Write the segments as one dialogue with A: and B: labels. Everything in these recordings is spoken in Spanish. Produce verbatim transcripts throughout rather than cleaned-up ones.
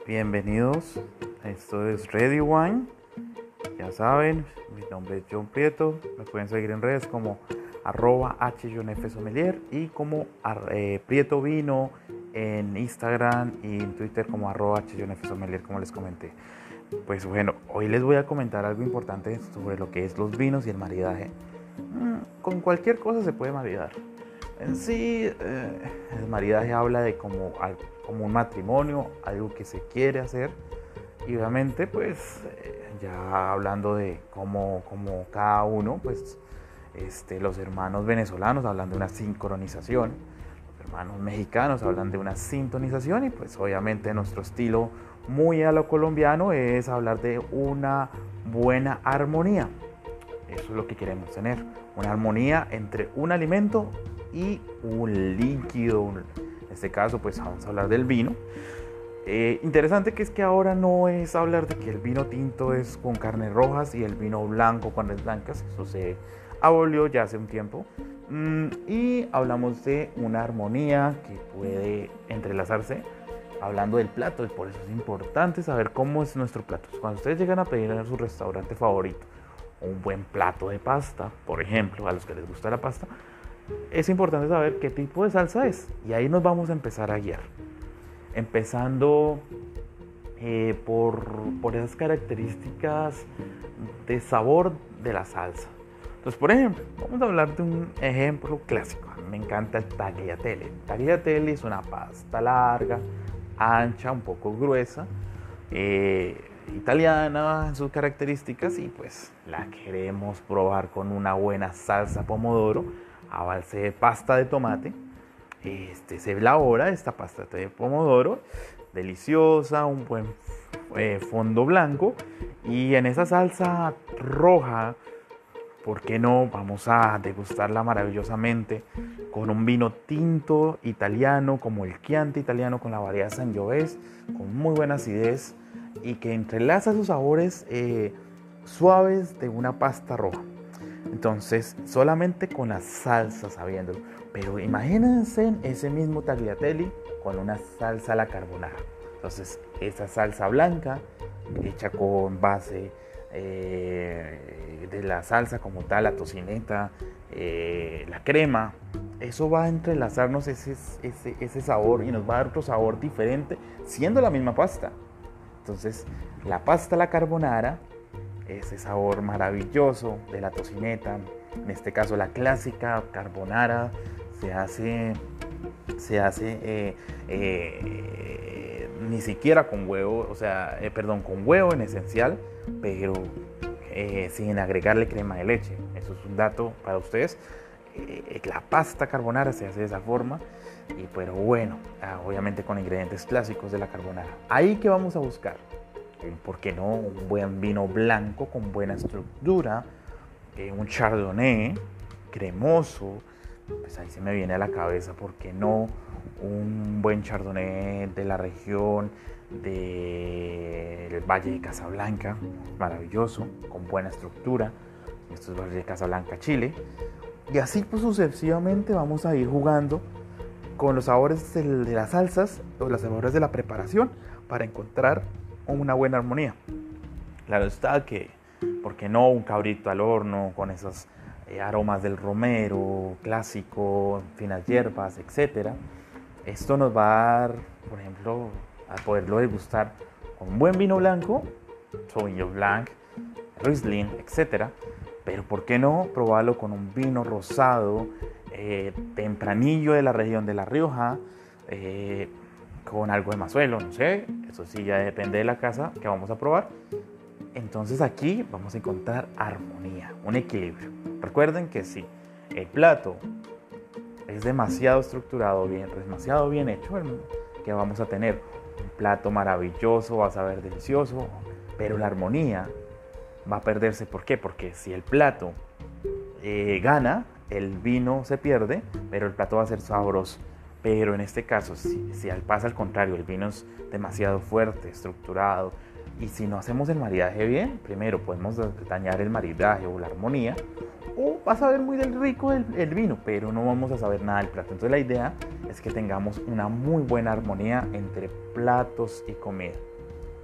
A: Bienvenidos, esto es Ready Wine. Ya saben, mi nombre es John Prieto. Me pueden seguir en redes como arroba hjonfsommelier y como eh, Prieto Vino en Instagram y en Twitter como arroba hjonfsommelier, como les comenté. Pues bueno, hoy les voy a comentar algo importante sobre lo que es los vinos y el maridaje. Mm, con cualquier cosa se puede maridar. En sí, eh, el maridaje habla de como, como un matrimonio, algo que se quiere hacer. Y obviamente, pues, eh, ya hablando de cómo, cómo cada uno, pues, este, los hermanos venezolanos hablan de una sincronización, los hermanos mexicanos hablan de una sintonización y pues obviamente nuestro estilo muy a lo colombiano es hablar de una buena armonía. Eso es lo que queremos tener, una armonía entre un alimento y un líquido. En este caso, pues vamos a hablar del vino. Eh, interesante que es que ahora no es hablar de que el vino tinto es con carnes rojas y el vino blanco con carnes blancas. Eso se abolió ya hace un tiempo. Mm, y hablamos de una armonía que puede entrelazarse hablando del plato. Y por eso es importante saber cómo es nuestro plato. Cuando ustedes llegan a pedir en su restaurante favorito un buen plato de pasta, por ejemplo, a los que les gusta la pasta, es importante saber qué tipo de salsa es. Y ahí nos vamos a empezar a guiar. Empezando eh, por, por esas características de sabor de la salsa. Entonces, por ejemplo, vamos a hablar de un ejemplo clásico. A mí me encanta el tagliatelle. El tagliatelle es una pasta larga, ancha, un poco gruesa, eh, italiana en sus características, y pues la queremos probar con una buena salsa pomodoro a base de pasta de tomate. Este, se elabora esta pasta de pomodoro deliciosa, un buen eh, fondo blanco, y en esa salsa roja, ¿por qué no? Vamos a degustarla maravillosamente con un vino tinto italiano como el Chianti italiano con la variedad Sangiovese, con muy buena acidez y que entrelaza sus sabores eh, suaves de una pasta roja. Entonces, solamente con la salsa sabiéndolo. Pero imagínense ese mismo tagliatelle con una salsa a la carbonara. Entonces, esa salsa blanca hecha con base eh, de la salsa como tal, la tocineta, eh, la crema, eso va a entrelazarnos ese, ese, ese sabor y nos va a dar otro sabor diferente siendo la misma pasta. Entonces, la pasta a la carbonara, ese sabor maravilloso de la tocineta, en este caso la clásica carbonara, se hace, se hace eh, eh, ni siquiera con huevo, o sea, eh, perdón, con huevo en esencial, pero eh, sin agregarle crema de leche. Eso es un dato para ustedes. Eh, la pasta carbonara se hace de esa forma, y pero bueno, obviamente con ingredientes clásicos de la carbonara. Ahí que vamos a buscar, ¿por qué no? Un buen vino blanco con buena estructura, eh, un chardonnay cremoso. Pues ahí se me viene a la cabeza, ¿por qué no? Un buen chardonnay de la región del Valle de Casablanca, maravilloso, con buena estructura. Esto es Valle de Casablanca, Chile. Y así pues sucesivamente vamos a ir jugando con los sabores de las salsas o los sabores de la preparación para encontrar una buena armonía. Claro está que, ¿por qué no? Un cabrito al horno con esos eh, aromas del romero clásico, finas hierbas, etcétera. Esto nos va a dar, por ejemplo, a poderlo degustar con un buen vino blanco, Sauvignon Blanc, Riesling, etcétera. Pero ¿por qué no probarlo con un vino rosado, eh, tempranillo de la región de La Rioja, eh, con algo de mazuelo? No sé, eso sí ya depende de la casa que vamos a probar. Entonces aquí vamos a encontrar armonía, un equilibrio. Recuerden que si el plato es demasiado estructurado, bien, demasiado bien hecho, que vamos a tener un plato maravilloso, va a saber delicioso, pero la armonía va a perderse. ¿Por qué? Porque si el plato eh, gana, el vino se pierde, pero el plato va a ser sabroso. Pero en este caso, si, si pasa al contrario, el vino es demasiado fuerte, estructurado, y si no hacemos el maridaje bien, primero podemos dañar el maridaje o la armonía, o va a saber muy del rico el, el vino, pero no vamos a saber nada del plato. Entonces la idea es que tengamos una muy buena armonía entre platos y comida.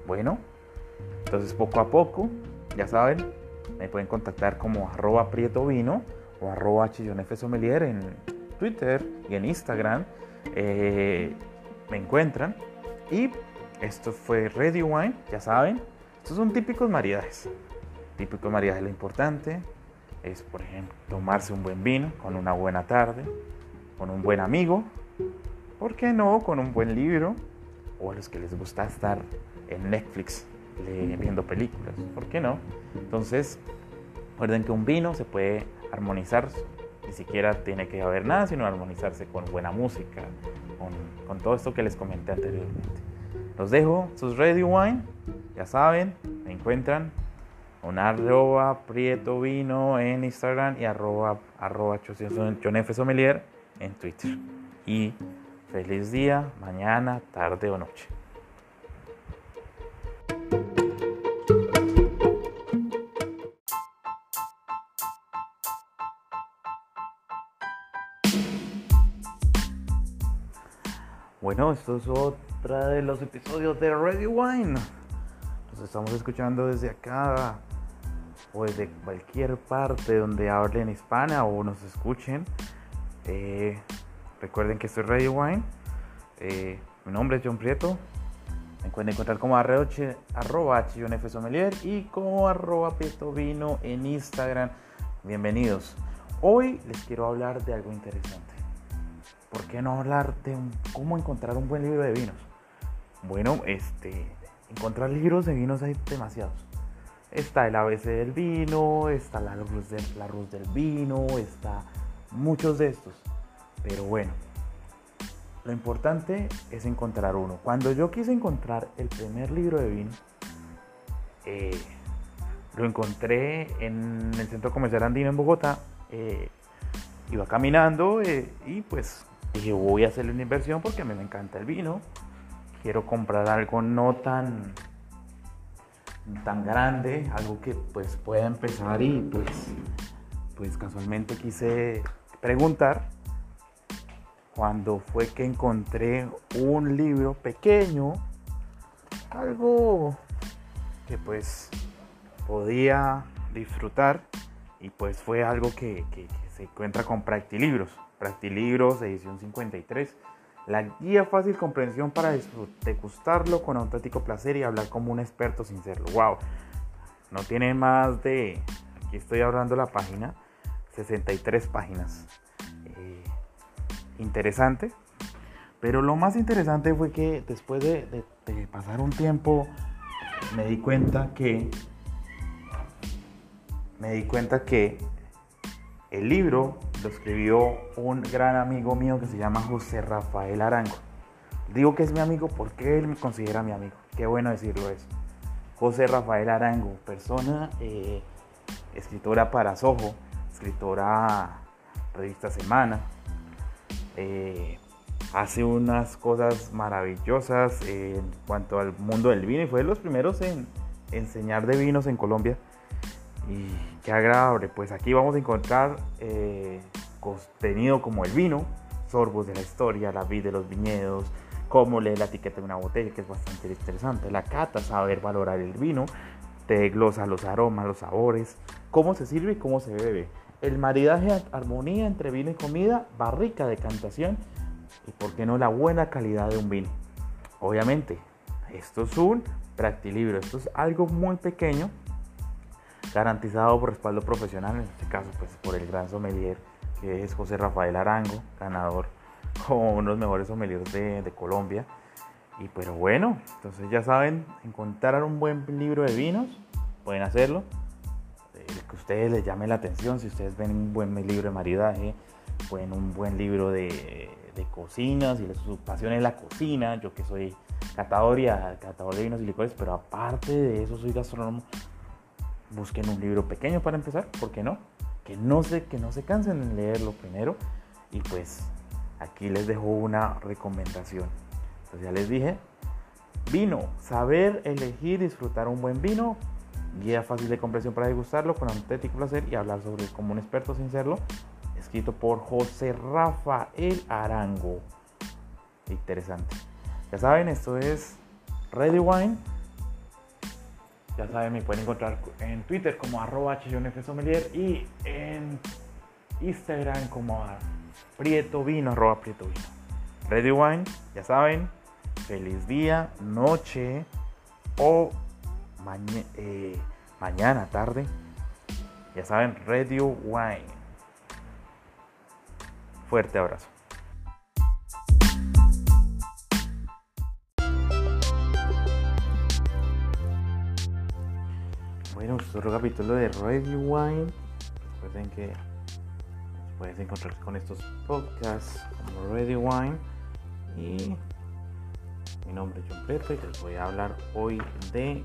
A: Bueno, entonces poco a poco, ya saben, me pueden contactar como arroba prieto vino o arroba hjonfsommelier en Twitter y en Instagram. Eh, me encuentran. Y esto fue Ready Wine, ya saben, estos son típicos maridajes. Típicos maridajes, lo importante es, por ejemplo, tomarse un buen vino con una buena tarde, con un buen amigo, ¿por qué no? Con un buen libro, o a los que les gusta estar en Netflix viendo películas, ¿por qué no? Entonces, recuerden que un vino se puede armonizar, ni siquiera tiene que haber nada, sino armonizarse con buena música, con, con todo esto que les comenté anteriormente. Los dejo, sus Ready Wine, ya saben, me encuentran con arroba prieto vino en Instagram y arroba, arroba hjonfsommelier en Twitter. Y feliz día, mañana, tarde o noche. Bueno, esto es otra de los episodios de Ready Wine. Nos estamos escuchando desde acá o desde cualquier parte donde hablen hispana o nos escuchen. Eh, recuerden que estoy Ready Wine. Eh, mi nombre es John Prieto. Me pueden encontrar como arroba hjonfsommelier y como arroba prieto vino en Instagram. Bienvenidos. Hoy les quiero hablar de algo interesante. ¿Por qué no hablar de un, cómo encontrar un buen libro de vinos? Bueno, este, encontrar libros de vinos hay demasiados. Está el A B C del vino, está la luz, de, la luz del vino, está muchos de estos. Pero bueno, lo importante es encontrar uno. Cuando yo quise encontrar el primer libro de vino, eh, lo encontré en el Centro Comercial Andino en Bogotá. Eh, iba caminando eh, y pues dije, voy a hacerle una inversión porque a mí me encanta el vino. Quiero comprar algo no tan, tan grande, algo que pues pueda empezar y pues, pues casualmente quise preguntar cuando fue que encontré un libro pequeño, algo que pues podía disfrutar y pues fue algo que, que, que se encuentra con Practilibros. Practilibros, edición cincuenta y tres, la guía fácil comprensión para degustarlo con auténtico placer y hablar como un experto sin serlo. Wow, no tiene más de, aquí estoy hablando la página, sesenta y tres páginas. Eh, interesante, pero lo más interesante fue que después de, de, de pasar un tiempo me di cuenta que me di cuenta que el libro lo escribió un gran amigo mío que se llama José Rafael Arango. Digo que es mi amigo porque él me considera mi amigo. Qué bueno decirlo eso. José Rafael Arango, persona, eh, escritora para Soho, escritora revista Semana. Eh, hace unas cosas maravillosas en cuanto al mundo del vino y fue de los primeros en enseñar de vinos en Colombia. Y qué agradable, pues aquí vamos a encontrar eh, contenido como el vino, sorbos de la historia, la vid de los viñedos, cómo leer la etiqueta de una botella, que es bastante interesante, la cata, saber valorar el vino, te desglosa los aromas, los sabores, cómo se sirve y cómo se bebe, el maridaje, armonía entre vino y comida, barrica, decantación y por qué no la buena calidad de un vino. Obviamente, esto es un practilibro, esto es algo muy pequeño, garantizado por respaldo profesional, en este caso pues por el gran sommelier que es José Rafael Arango, ganador como uno de los mejores sommeliers de, de Colombia. Y pero bueno, entonces ya saben, encontrar un buen libro de vinos, pueden hacerlo, el que a ustedes les llame la atención. Si ustedes ven un buen libro de maridaje, pueden un buen libro de, de cocina, si su pasión es la cocina, yo que soy catador y catador de vinos y licores, pero aparte de eso soy gastrónomo, busquen un libro pequeño para empezar, ¿por qué no? Que no se, que no se cansen en leerlo primero. Y pues aquí les dejo una recomendación. Entonces ya les dije, vino, saber elegir, disfrutar un buen vino, guía fácil de comprensión para degustarlo con auténtico placer y hablar sobre él como un experto sin serlo, escrito por José Rafael Arango. Interesante. Ya saben, esto es Ready Wine. Ya saben, me pueden encontrar en Twitter como arroba hjonfsommelier y en Instagram como a Prieto Vino, arroba Prieto Vino. Ready Wine, ya saben, feliz día, noche o maña, eh, mañana, tarde. Ya saben, Ready Wine. Fuerte abrazo. Bueno, otro capítulo de Ready Wine. Recuerden que puedes encontrar con estos podcasts como Ready Wine. Y mi nombre es John Prieto y les voy a hablar hoy de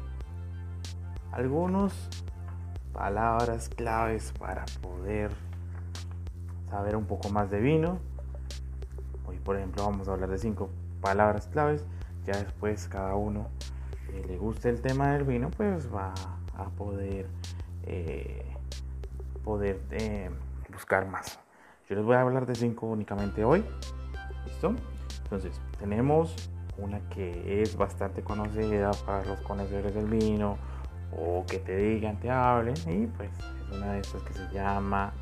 A: algunas palabras claves para poder saber un poco más de vino. Hoy, por ejemplo, vamos a hablar de cinco palabras claves. Ya después cada uno que le guste el tema del vino, pues va a poder eh, poder eh, buscar más. Yo les voy a hablar de cinco únicamente hoy. ¿Listo? Entonces, tenemos una que es bastante conocida para los conocedores del vino o que te digan, te hablen, y pues es una de estas que se llama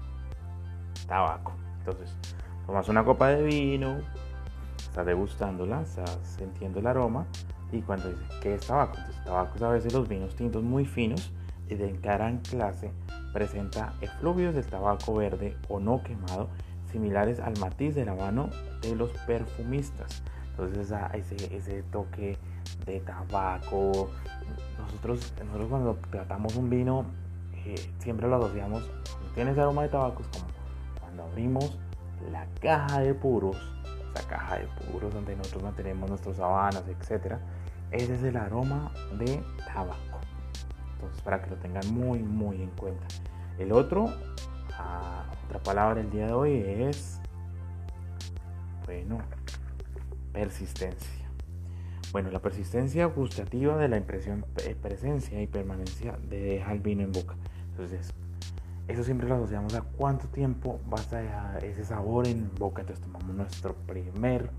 A: tabaco. Entonces, tomas una copa de vino, estás degustándola, estás sintiendo el aroma, y cuando dices, ¿qué es tabaco? Entonces, tabaco es a veces los vinos tintos muy finos y de gran clase, presenta efluvios del tabaco verde o no quemado, similares al matiz del habano de los perfumistas. Entonces, ese, ese toque de tabaco, nosotros, nosotros cuando tratamos un vino, eh, siempre lo asociamos, cuando tiene ese aroma de tabaco, es como cuando abrimos la caja de puros, esa caja de puros donde nosotros mantenemos nuestros habanos, etcétera. Ese es el aroma de tabaco. Entonces, para que lo tengan muy, muy en cuenta. El otro, ah, otra palabra del día de hoy es, bueno, persistencia. Bueno, la persistencia gustativa de la impresión, presencia y permanencia de dejar el vino en boca. Entonces, eso siempre lo asociamos a cuánto tiempo va a estar ese sabor en boca. Entonces, tomamos nuestro primer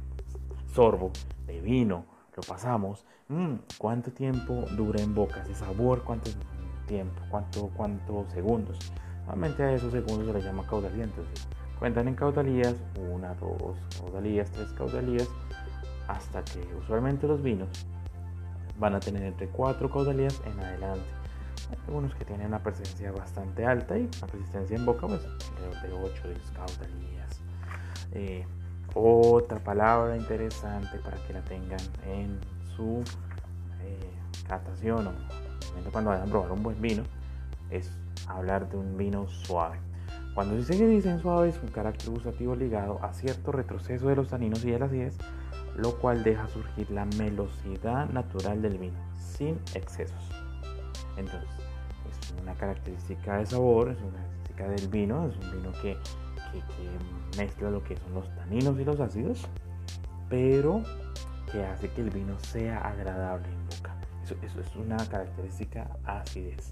A: sorbo de vino, lo pasamos, mmm, cuánto tiempo dura en boca ese sabor, cuánto tiempo, cuánto, cuántos segundos. Normalmente a esos segundos se les llama caudalía. Entonces, cuentan en caudalías, una, dos caudalías, tres caudalías, hasta que usualmente los vinos van a tener entre cuatro caudalías en adelante. Hay algunos que tienen una presencia bastante alta y una resistencia en boca, pues alrededor de ocho o diez caudalías. Eh, otra palabra interesante para que la tengan en su eh, catación o cuando vayan a probar un buen vino es hablar de un vino suave. Cuando se dicen suave, es un carácter gustativo ligado a cierto retroceso de los taninos y de la acidez, lo cual deja surgir la melosidad natural del vino, sin excesos. Entonces, es una característica de sabor, es una característica del vino, es un vino que, que, que mezcla lo que son los taninos y los ácidos, pero que hace que el vino sea agradable en boca. Eso, eso es una característica acidez.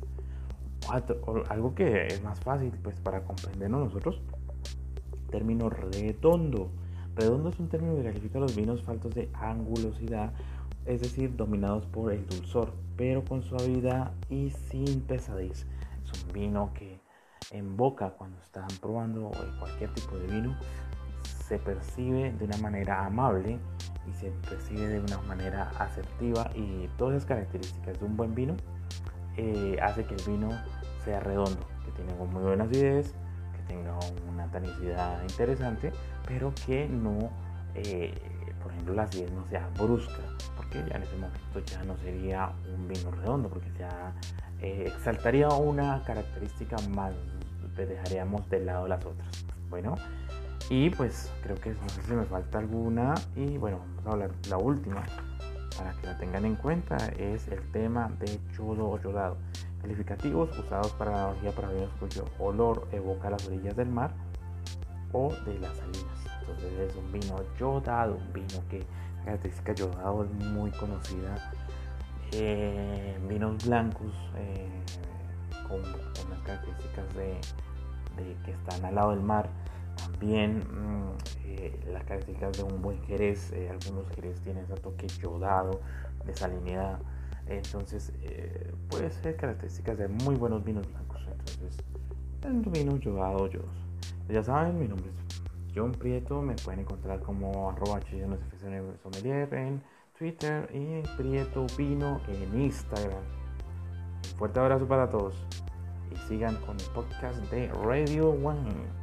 A: Otro, algo que es más fácil pues para comprendernos nosotros, término redondo. Redondo es un término que califica los vinos faltos de angulosidad, es decir, dominados por el dulzor, pero con suavidad y sin pesadez. Es un vino que en boca, cuando están probando cualquier tipo de vino, se percibe de una manera amable y se percibe de una manera asertiva, y todas esas características de un buen vino eh, hace que el vino sea redondo, que tenga muy buena acidez, que tenga una tanicidad interesante, pero que no, eh, por ejemplo, la acidez no sea brusca, porque ya en ese momento ya no sería un vino redondo, porque ya eh, exaltaría una característica más, dejaríamos de lado las otras. Bueno, y pues creo que no sé si me falta alguna, y bueno, vamos a hablar la última para que la tengan en cuenta, es el tema de yodo o yodado. Calificativos usados para la analogía para vinos cuyo olor evoca las orillas del mar o de las salinas. Entonces es un vino yodado, un vino que la característica yodado es muy conocida. Eh, vinos blancos eh, con unas características de, de que están al lado del mar. También mmm, eh, las características de un buen jerez, eh, algunos jerez tienen ese toque yodado, de salinidad. Entonces, eh, puede ser características de muy buenos vinos blancos. Entonces, en vino yo hago yo. Ya saben, mi nombre es John Prieto. Me pueden encontrar como arroba sommelier en Twitter y Prieto Vino en Instagram. Un fuerte abrazo para todos y sigan con el podcast de Radio One.